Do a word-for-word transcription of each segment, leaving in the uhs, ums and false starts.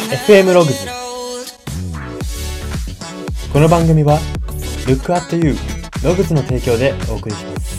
エフエム ログズ。この番組は Look at You ログズの提供でお送りします。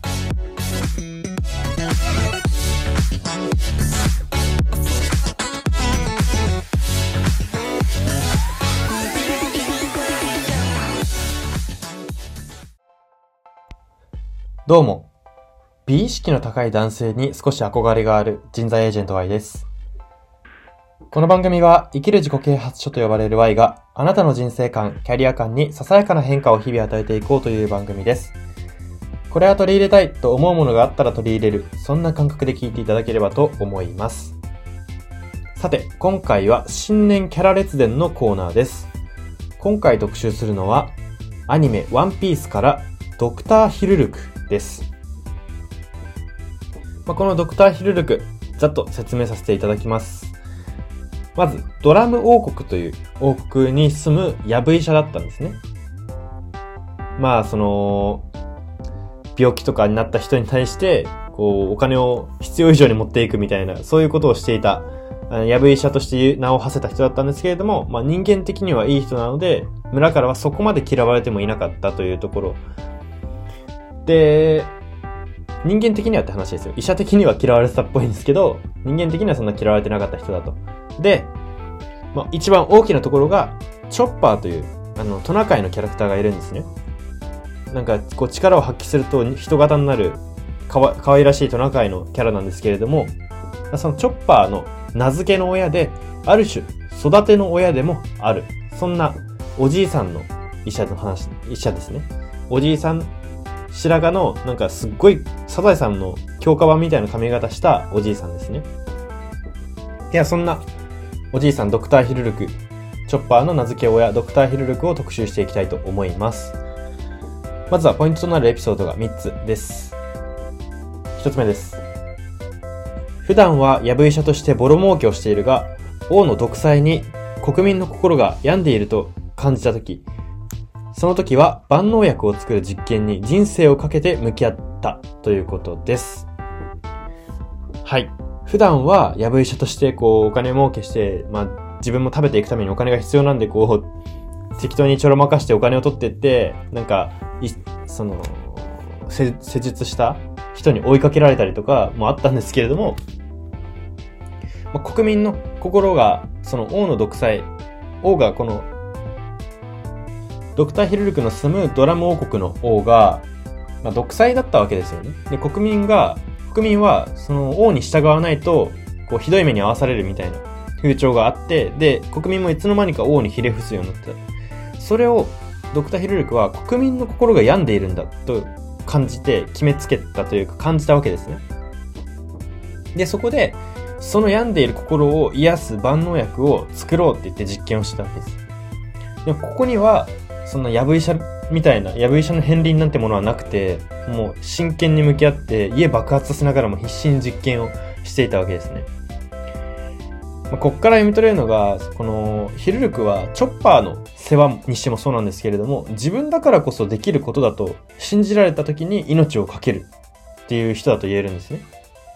どうも、美意識の高い男性に少し憧れがある人材エージェント Y です。この番組は生きる自己啓発書と呼ばれる Y があなたの人生観、キャリア観にささやかな変化を日々与えていこうという番組です。これは取り入れたいと思うものがあったら取り入れる、そんな感覚で聞いていただければと思います。さて、今回は新年キャラ列伝のコーナーです。今回特集するのはアニメワンピースからドクターヒルルクです。まあ、このドクターヒルルク、ざっと説明させていただきます。まず、ドラム王国という王国に住むヤブ医者だったんですね。まあ、その、病気とかになった人に対して、こう、お金を必要以上に持っていくみたいな、そういうことをしていた、ヤブ医者として名を馳せた人だったんですけれども、まあ、人間的にはいい人なので、村からはそこまで嫌われてもいなかったというところ。で、人間的にはって話ですよ。医者的には嫌われてたっぽいんですけど、人間的にはそんな嫌われてなかった人だと。で、まあ、一番大きなところが、チョッパーという、あの、トナカイのキャラクターがいるんですね。なんか、こう、力を発揮すると人型になる、かわ、かわいらしいトナカイのキャラなんですけれども、そのチョッパーの名付けの親で、ある種、育ての親でもある。そんな、おじいさんの医者の話、医者ですね。おじいさん、白髪の、なんかすっごい、サザエさんの強化版みたいな髪型したおじいさんですね。いや、そんな、おじいさんドクターヒルルク、チョッパーの名付け親ドクターヒルルクを特集していきたいと思います。まずはポイントとなるエピソードがみっつです。ひとつめです。普段はヤブ医者としてボロ儲けをしているが、王の独裁に国民の心が病んでいると感じたとき、その時は万能薬を作る実験に人生をかけて向き合ったということです。はい。普段はヤブ医者としてこうお金儲けして、まあ自分も食べていくためにお金が必要なんでこう適当にちょろまかしてお金を取っていって、なんかいその施術した人に追いかけられたりとかもあったんですけれども、まあ、国民の心がその王の独裁、王がこのドクターヒルルクの住むドラム王国の王が、まあ、独裁だったわけですよね。で、国民が、国民はその王に従わないと、こうひどい目に遭わされるみたいな風潮があって、で、国民もいつの間にか王にひれ伏すようになってた。それをドクターヒルルクは国民の心が病んでいるんだと感じて決めつけたというか感じたわけですね。で、そこで、その病んでいる心を癒す万能薬を作ろうって言って実験をしたわけです。でもここには、そんなヤブ医者みたいな、ヤブ医者の片鱗なんてものはなくて、もう真剣に向き合って家爆発させながらも必死に実験をしていたわけですね。まあ、こっから読み取れるのが、このヒルルクはチョッパーの世話にしてもそうなんですけれども、自分だからこそできることだと信じられた時に命を懸けるっていう人だと言えるんですね。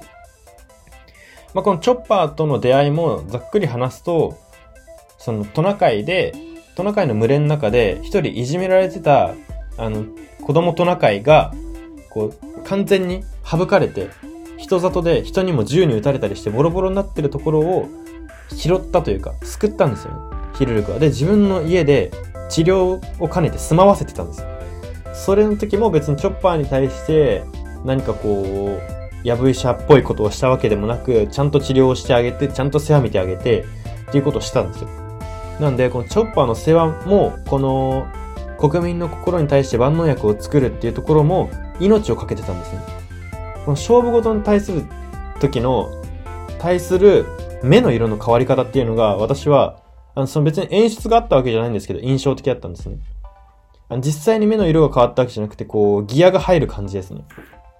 まあ、このチョッパーとの出会いもざっくり話すと、そのトナカイで、トナカイの群れの中で一人いじめられてたあの子供トナカイがこう完全に省かれて人里で人にも銃に撃たれたりしてボロボロになってるところを拾ったというか救ったんですよね、ヒルルクは。で、自分の家で治療を兼ねて住まわせてたんですよ。それの時も別にチョッパーに対して何かこうヤブ医者っぽいことをしたわけでもなく、ちゃんと治療をしてあげて、ちゃんと世話見てあげてっていうことをしたんですよ。なんで、このチョッパーの世話も、この国民の心に対して万能薬を作るっていうところも命をかけてたんですね。この勝負事に対する時の、対する目の色の変わり方っていうのが、私は、あの、その別に演出があったわけじゃないんですけど、印象的だったんですね。あの実際に目の色が変わったわけじゃなくて、こう、ギアが入る感じですね。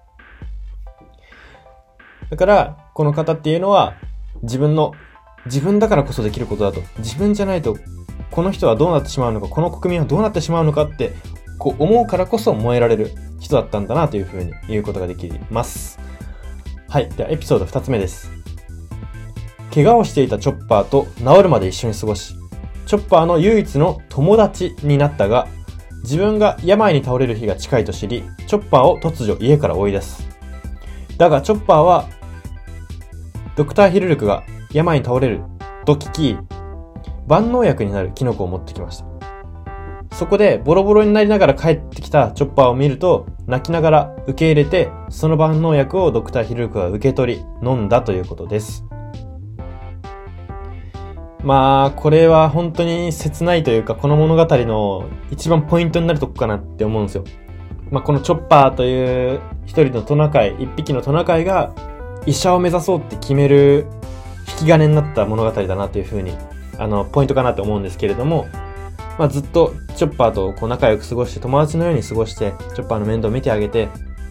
だから、この方っていうのは、自分の自分だからこそできることだと。自分じゃないと、この人はどうなってしまうのか、この国民はどうなってしまうのかって、こう思うからこそ燃えられる人だったんだなというふうに言うことができます。はい。ではエピソードふたつめです。 怪我をしていたチョッパーと治るまで一緒に過ごし、チョッパーの唯一の友達になったが、自分が病に倒れる日が近いと知り、チョッパーを突如家から追い出す。だがチョッパーは、ドクターヒルルクが病に倒れると聞き、万能薬になるキノコを持ってきました。そこでボロボロになりながら帰ってきたチョッパーを見ると、泣きながら受け入れて、その万能薬をドクターヒルルクが受け取り、飲んだということです。まあ、これは本当に切ないというか、この物語の一番ポイントになるとこかなって思うんですよ。まあ、このチョッパーという一人のトナカイ、一匹のトナカイが医者を目指そうって決める引き金になった物語だなというふうに、あの、ポイントかなと思うんですけれども、まあ、ずっとチョッパーとこう仲良く過ごして、友達のように過ごして、チョッパーの面倒を見てあげて、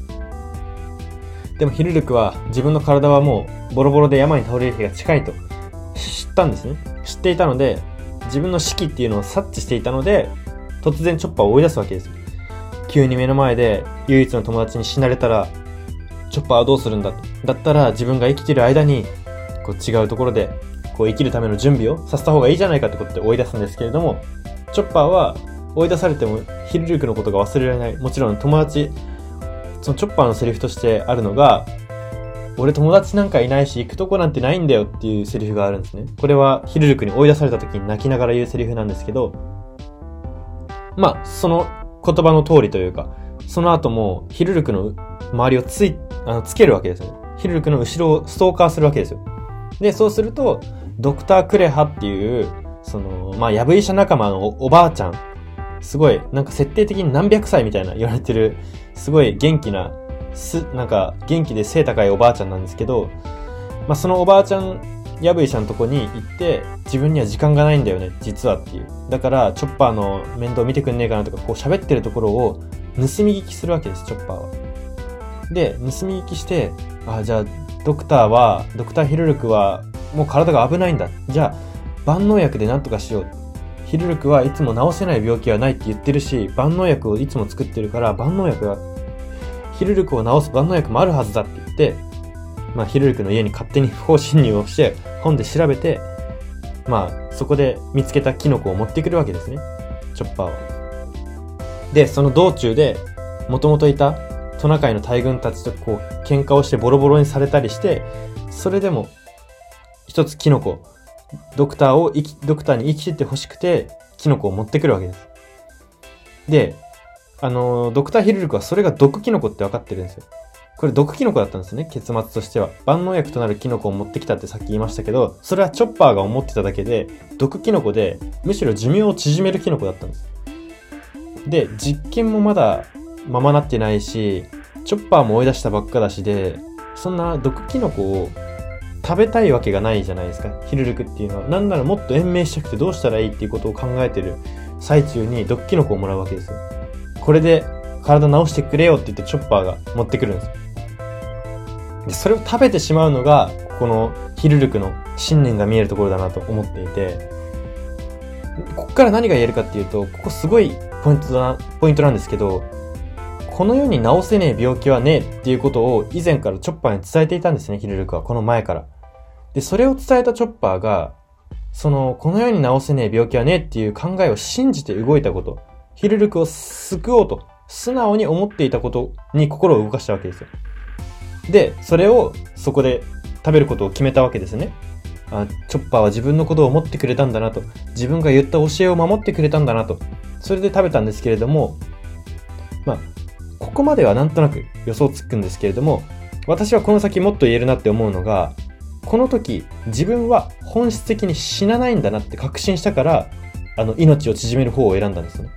でもヒルルクは自分の体はもうボロボロで病に倒れる日が近いと知ったんですね。知っていたので、自分の死期っていうのを察知していたので、突然チョッパーを追い出すわけですよ。急に目の前で唯一の友達に死なれたら、チョッパーはどうするんだと。だったら自分が生きている間に、こう違うところでこう生きるための準備をさせた方がいいじゃないかってことで追い出すんですけれども、チョッパーは追い出されてもヒルルクのことが忘れられない。もちろん友達、そのチョッパーのセリフとしてあるのが、俺友達なんかいないし行くとこなんてないんだよっていうセリフがあるんですね。これはヒルルクに追い出された時に泣きながら言うセリフなんですけど、まあその言葉の通りというか、その後もヒルルクの周りをついあのつけるわけですよね。ヒルルクの後ろをストーカーするわけですよ。でそうするとドクタークレハっていうそのまあヤブ医者仲間の お, おばあちゃん、すごいなんか設定的に何百歳みたいな言われてる、すごい元気なすなんか元気で背高いおばあちゃんなんですけど、まあそのおばあちゃんヤブ医者のとこに行って、自分には時間がないんだよね実はっていう、だからチョッパーの面倒見てくんねえかなとか、こう喋ってるところを盗み聞きするわけです、チョッパーは。で盗み聞きして、あじゃあドクターはドクターヒルルクはもう体が危ないんだ、じゃあ万能薬で何とかしよう、ヒルルクはいつも治せない病気はないって言ってるし、万能薬をいつも作ってるから、万能薬はヒルルクを治す万能薬もあるはずだって言って、まあヒルルクの家に勝手に不法侵入をして本で調べて、まあそこで見つけたキノコを持ってくるわけですね、チョッパーは。でその道中で元々いたトナカイの大群たちとこう喧嘩をしてボロボロにされたりして、それでも一つキノコ、ドクターを生きドクターに生きてってほしくてキノコを持ってくるわけです。であのドクターヒルルクはそれが毒キノコって分かってるんですよ。これ毒キノコだったんですね、結末としては。万能薬となるキノコを持ってきたってさっき言いましたけど、それはチョッパーが思ってただけで毒キノコで、むしろ寿命を縮めるキノコだったんです。で実験もまだままなってないし、チョッパーも追い出したばっかだしで、そんな毒キノコを食べたいわけがないじゃないですか、ヒルルクっていうのは。なんならもっと延命したくてどうしたらいいっていうことを考えてる最中に毒キノコをもらうわけですよ。これで体治してくれよって言ってチョッパーが持ってくるんですよ。でそれを食べてしまうのがこのヒルルクの信念が見えるところだなと思っていて、ここから何が言えるかっていうと、ここすごいポイントだなポイントなんですけど、この世に治せねえ病気はねえっていうことを以前からチョッパーに伝えていたんですね、ヒルルクは。この前から。でそれを伝えたチョッパーが、そのこの世に治せねえ病気はねえっていう考えを信じて動いたこと、ヒルルクを救おうと素直に思っていたことに心を動かしたわけですよ。でそれをそこで食べることを決めたわけですね。あ、チョッパーは自分のことを思ってくれたんだなと、自分が言った教えを守ってくれたんだなと、それで食べたんですけれども、まあここまではなんとなく予想つくんですけれども、私はこの先もっと言えるなって思うのが、この時自分は本質的に死なないんだなって確信したから、あの命を縮める方を選んだんですね。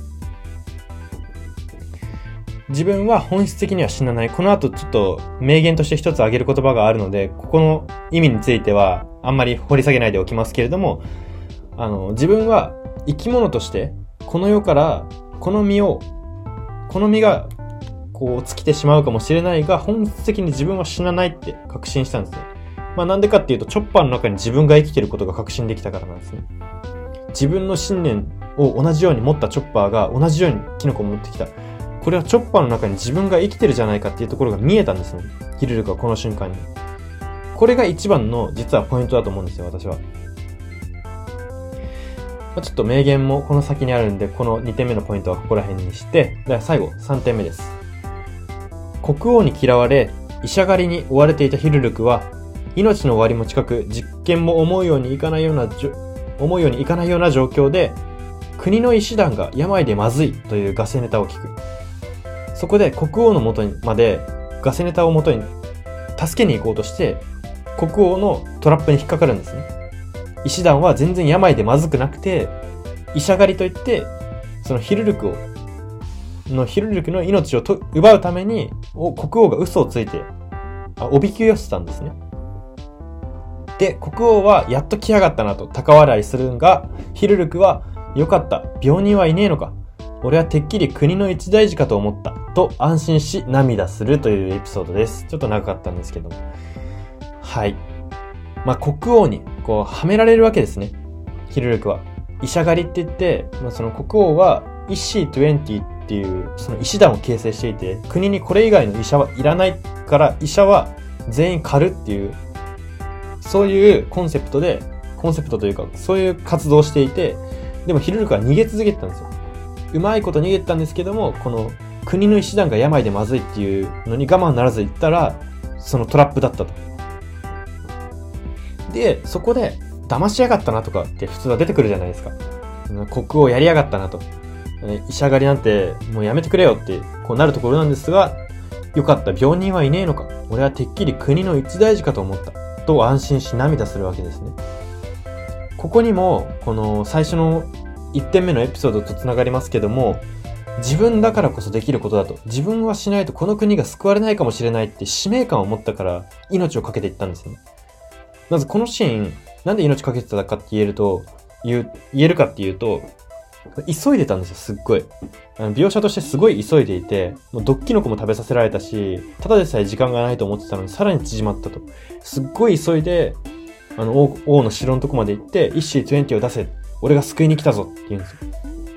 自分は本質的には死なない。この後ちょっと名言として一つ挙げる言葉があるので、ここの意味についてはあんまり掘り下げないでおきますけれども、あの自分は生き物としてこの世からこの身をこの身がこう尽きてしまうかもしれないが、本質的に自分は死なないって確信したんですね。まあなんでかっていうと、チョッパーの中に自分が生きてることが確信できたからなんですね。自分の信念を同じように持ったチョッパーが同じようにキノコを持ってきた。これはチョッパーの中に自分が生きてるじゃないかっていうところが見えたんですね、ヒルルクはこの瞬間に。 これが一番の実はポイントだと思うんですよ、私は。ちょっと名言もこの先にあるんで、このにてんめのポイントはここら辺にして、では最後さんてんめです。国王に嫌われ、医者狩りに追われていたヒルルクは、命の終わりも近く、実験も思うようにいかないような、思うようにいかないような状況で、国の医師団が病でまずいというガセネタを聞く。そこで国王の元にまでガセネタを元に助けに行こうとして、国王のトラップに引っかかるんですね。医師団は全然病でまずくなくて、医者狩りといって、そのヒルルクを、のヒルルクの命をと奪うために、国王が嘘をついて、あおびき寄せたんですね。で、国王はやっと来やがったなと高笑いするんが、ヒルルクは、よかった、病人はいねえのか。俺はてっきり国の一大事かと思った。と安心し涙するというエピソードです。ちょっと長かったんですけど。はい。まあ、国王に、こう、はめられるわけですね。ヒルルクは。医者狩りって言って、まあ、その国王は、イッシーにじゅうっていう、その医師団を形成していて、国にこれ以外の医者はいらないから、医者は全員狩るっていう、そういうコンセプトで、コンセプトというか、そういう活動をしていて、でもヒルルクは逃げ続けてたんですよ。うまいこと逃げてたんですけども、この国の医師団が病でまずいっていうのに我慢ならず言ったら、そのトラップだったと。で、そこで、騙しやがったなとかって普通は出てくるじゃないですか。国王やりやがったなと。医者狩りなんてもうやめてくれよってこうなるところなんですが、よかった、病人はいねえのか。俺はてっきり国の一大事かと思った。と安心し涙するわけですね。ここにも、この最初のいってんめのエピソードとつながりますけども、自分だからこそできることだと。自分はしないとこの国が救われないかもしれないって使命感を持ったから命を懸けていったんですね。まずこのシーン、なんで命かけてたかって言えると、言う、言えるかっていうと、急いでたんですよ、すっごい。あの描写としてすごい急いでいて、もうドッキノコも食べさせられたし、ただでさえ時間がないと思ってたのにさらに縮まったと。すっごい急いで、あの王、王の城のとこまで行って、イッシーにじゅうを出せ。俺が救いに来たぞって言うんですよ。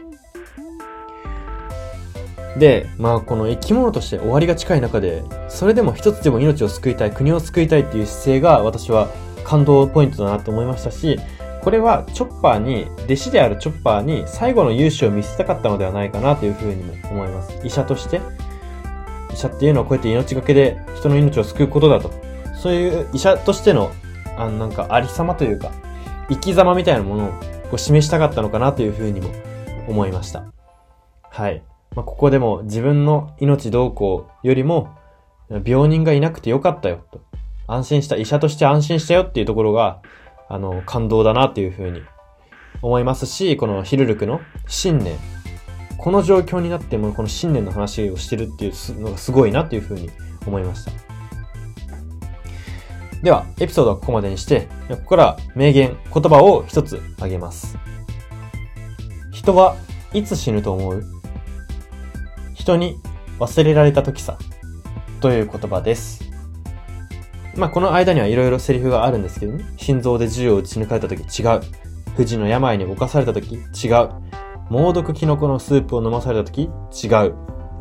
で、まあこの生き物として終わりが近い中で、それでも一つでも命を救いたい、国を救いたいっていう姿勢が私は感動ポイントだなと思いましたし、これはチョッパーに、弟子であるチョッパーに最後の勇姿を見せたかったのではないかなというふうにも思います。医者として、医者っていうのはこうやって命がけで人の命を救うことだと。そういう医者としての、あのなんかありさまというか、生き様みたいなものをこう示したかったのかなというふうにも思いました。はい。まあ、ここでも自分の命どうこうよりも、病人がいなくてよかったよと。安心した、医者として安心したよっていうところが、あの、感動だなっていうふうに思いますし、このヒルルクの信念。この状況になってもこの信念の話をしてるっていうのがすごいなっていうふうに思いました。では、エピソードはここまでにして、ここから名言、言葉を一つ挙げます。人はいつ死ぬと思う？人に忘れられた時さ。という言葉です。まあ、この間にはいろいろセリフがあるんですけどね。心臓で銃を撃ち抜かれた時違う。不治の病に侵された時違う。猛毒キノコのスープを飲まされた時違う。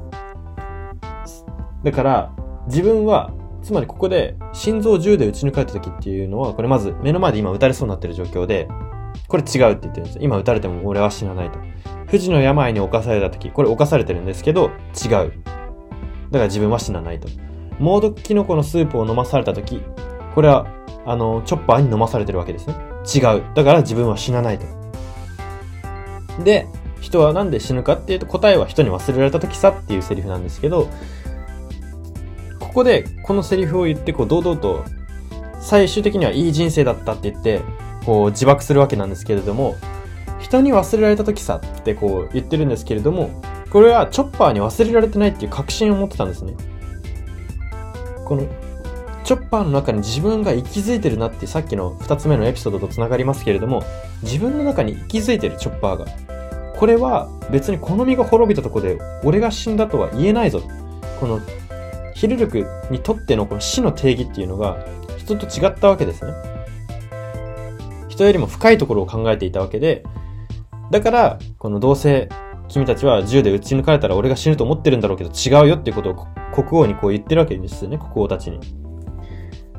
だから、自分は、つまりここで心臓を銃で撃ち抜かれた時っていうのは、これまず目の前で今撃たれそうになってる状況で、これ違うって言ってるんですよ。今撃たれても俺は死なないと。不治の病に侵された時、これ侵されてるんですけど、違う。だから自分は死なないと。猛毒キノコのスープを飲まされた時、これは、あの、チョッパーに飲まされてるわけですね。違う。だから自分は死なないと。で、人はなんで死ぬかっていうと、答えは人に忘れられた時さっていうセリフなんですけど、ここでこのセリフを言って、こう、堂々と、最終的にはいい人生だったって言って、こう、自爆するわけなんですけれども、人に忘れられた時さってこう言ってるんですけれども、これはチョッパーに忘れられてないっていう確信を持ってたんですね。このチョッパーの中に自分が息づいてるなってさっきの二つ目のエピソードとつながりますけれども、自分の中に息づいてるチョッパーが、これは別にこの身が滅びたところで俺が死んだとは言えないぞ。このヒルルクにとってのこの死の定義っていうのが人と違ったわけですね。人よりも深いところを考えていたわけで、だから、このどうせ君たちは銃で撃ち抜かれたら俺が死ぬと思ってるんだろうけど違うよっていうことを国王にこう言ってるわけですよね、国王たちに。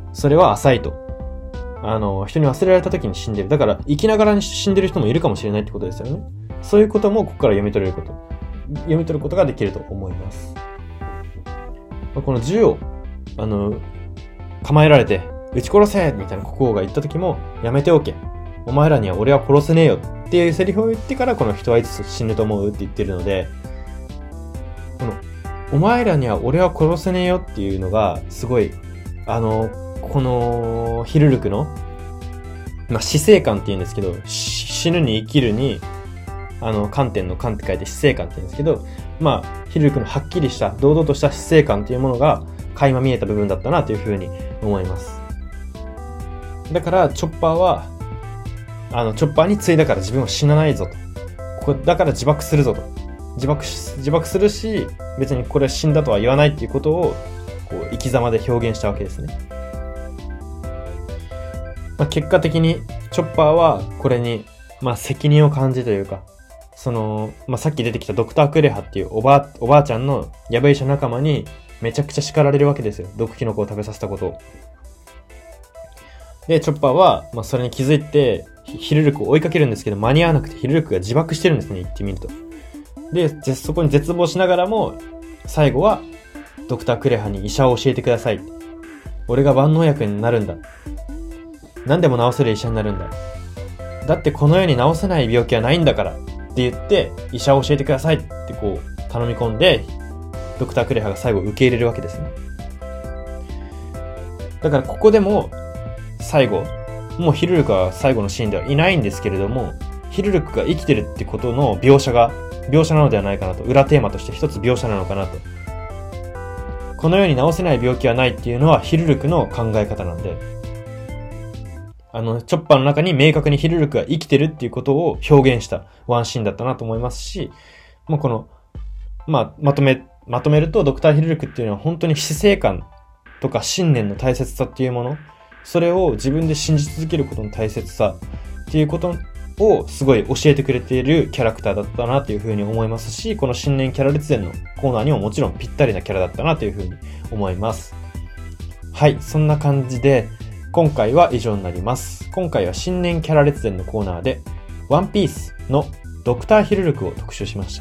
それは浅いと。あの、人に忘れられた時に死んでる。だから、生きながらに死んでる人もいるかもしれないってことですよね。そういうこともここから読み取れること、読み取ることができると思います。この銃を、あの、構えられて、撃ち殺せみたいな国王が言った時も、やめておけ。お前らには俺は殺せねえよっていうセリフを言ってから、この人はいつ死ぬと思うって言ってるので、この、お前らには俺は殺せねえよっていうのが、すごい、あの、この、ヒルルクの、まあ、死生観って言うんですけど、死ぬに生きるに、あの、観点の観って書いて死生観って言うんですけど、まあ、ヒルルクのはっきりした、堂々とした死生観っていうものが、垣間見えた部分だったなというふうに思います。だから、チョッパーは、あの、チョッパーに継いだから自分は死なないぞと。ここだから自爆するぞと。自爆し、自爆するし、別にこれ死んだとは言わないっていうことを、こう、生き様で表現したわけですね。まあ、結果的に、チョッパーはこれに、まあ、責任を感じというか、その、まあ、さっき出てきたドクター・クレハっていうおばあ、おばあちゃんのヤブ医者仲間にめちゃくちゃ叱られるわけですよ。毒キノコを食べさせたことを。で、チョッパーは、まあ、それに気づいて、ヒルルクを追いかけるんですけど、間に合わなくてヒルルクが自爆してるんですね、言ってみると。で、そこに絶望しながらも、最後は、ドクター・クレハに医者を教えてください。俺が万能薬になるんだ。何でも治せる医者になるんだ。だってこの世に治せない病気はないんだからって言って、医者を教えてくださいってこう、頼み込んで、ドクター・クレハが最後受け入れるわけですね。だからここでも、最後、もうヒルルクは最後のシーンではいないんですけれども、ヒルルクが生きてるってことの描写が、描写なのではないかなと、裏テーマとして一つ描写なのかなと。この世に治せない病気はないっていうのはヒルルクの考え方なんで、あの、チョッパーの中に明確にヒルルクが生きてるっていうことを表現したワンシーンだったなと思いますし、もうこの、まあ、まとめ、まとめるとドクターヒルルクっていうのは本当に死生観とか信念の大切さっていうもの、それを自分で信じ続けることの大切さっていうことをすごい教えてくれているキャラクターだったなというふうに思いますし、この新年キャラ列伝のコーナーにももちろんぴったりなキャラだったなというふうに思います。はい、そんな感じで今回は以上になります。今回は新年キャラ列伝のコーナーでワンピースのドクターヒルルクを特集しました。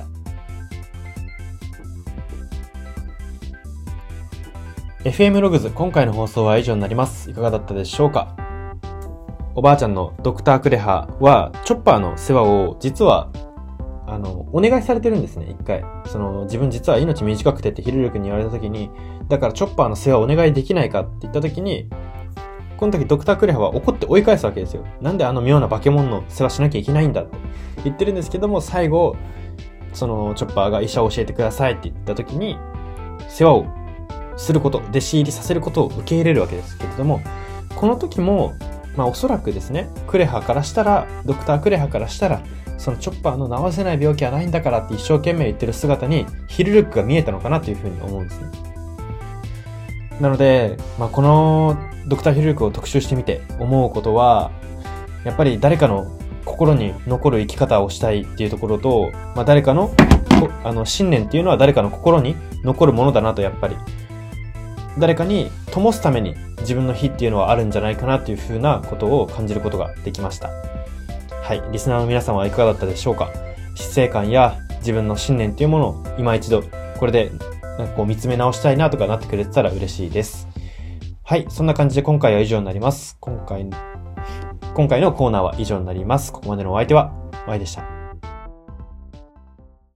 エフエム ログズ、今回の放送は以上になります。いかがだったでしょうか。おばあちゃんのドクタークレハはチョッパーの世話を実はあのお願いされてるんですね。一回その自分実は命短くてってヒルルクに言われた時に、だからチョッパーの世話をお願いできないかって言った時に、この時ドクタークレハは怒って追い返すわけですよ。なんであの妙な化け物の世話しなきゃいけないんだって言ってるんですけども、最後そのチョッパーが医者を教えてくださいって言った時に世話をすること、弟子入りさせることを受け入れるわけですけれども、この時もまあおそらくですね、クレハからしたら、ドクタークレハからしたら、そのチョッパーの治せない病気はないんだからって一生懸命言ってる姿にヒルルクが見えたのかなというふうに思うんですね。なので、まあこのドクターヒルルクを特集してみて思うことは、やっぱり誰かの心に残る生き方をしたいっていうところと、まあ誰かの、あの信念っていうのは誰かの心に残るものだなと、やっぱり。誰かに灯すために自分の火っていうのはあるんじゃないかなっていう風なことを感じることができました。はい、リスナーの皆様はいかがだったでしょうか。死生観や自分の信念っていうものを今一度これでなんかこう見つめ直したいなとかなってくれてたら嬉しいです。はい、そんな感じで今回は以上になります。今回、今回のコーナーは以上になります。ここまでのお相手は、Yでした。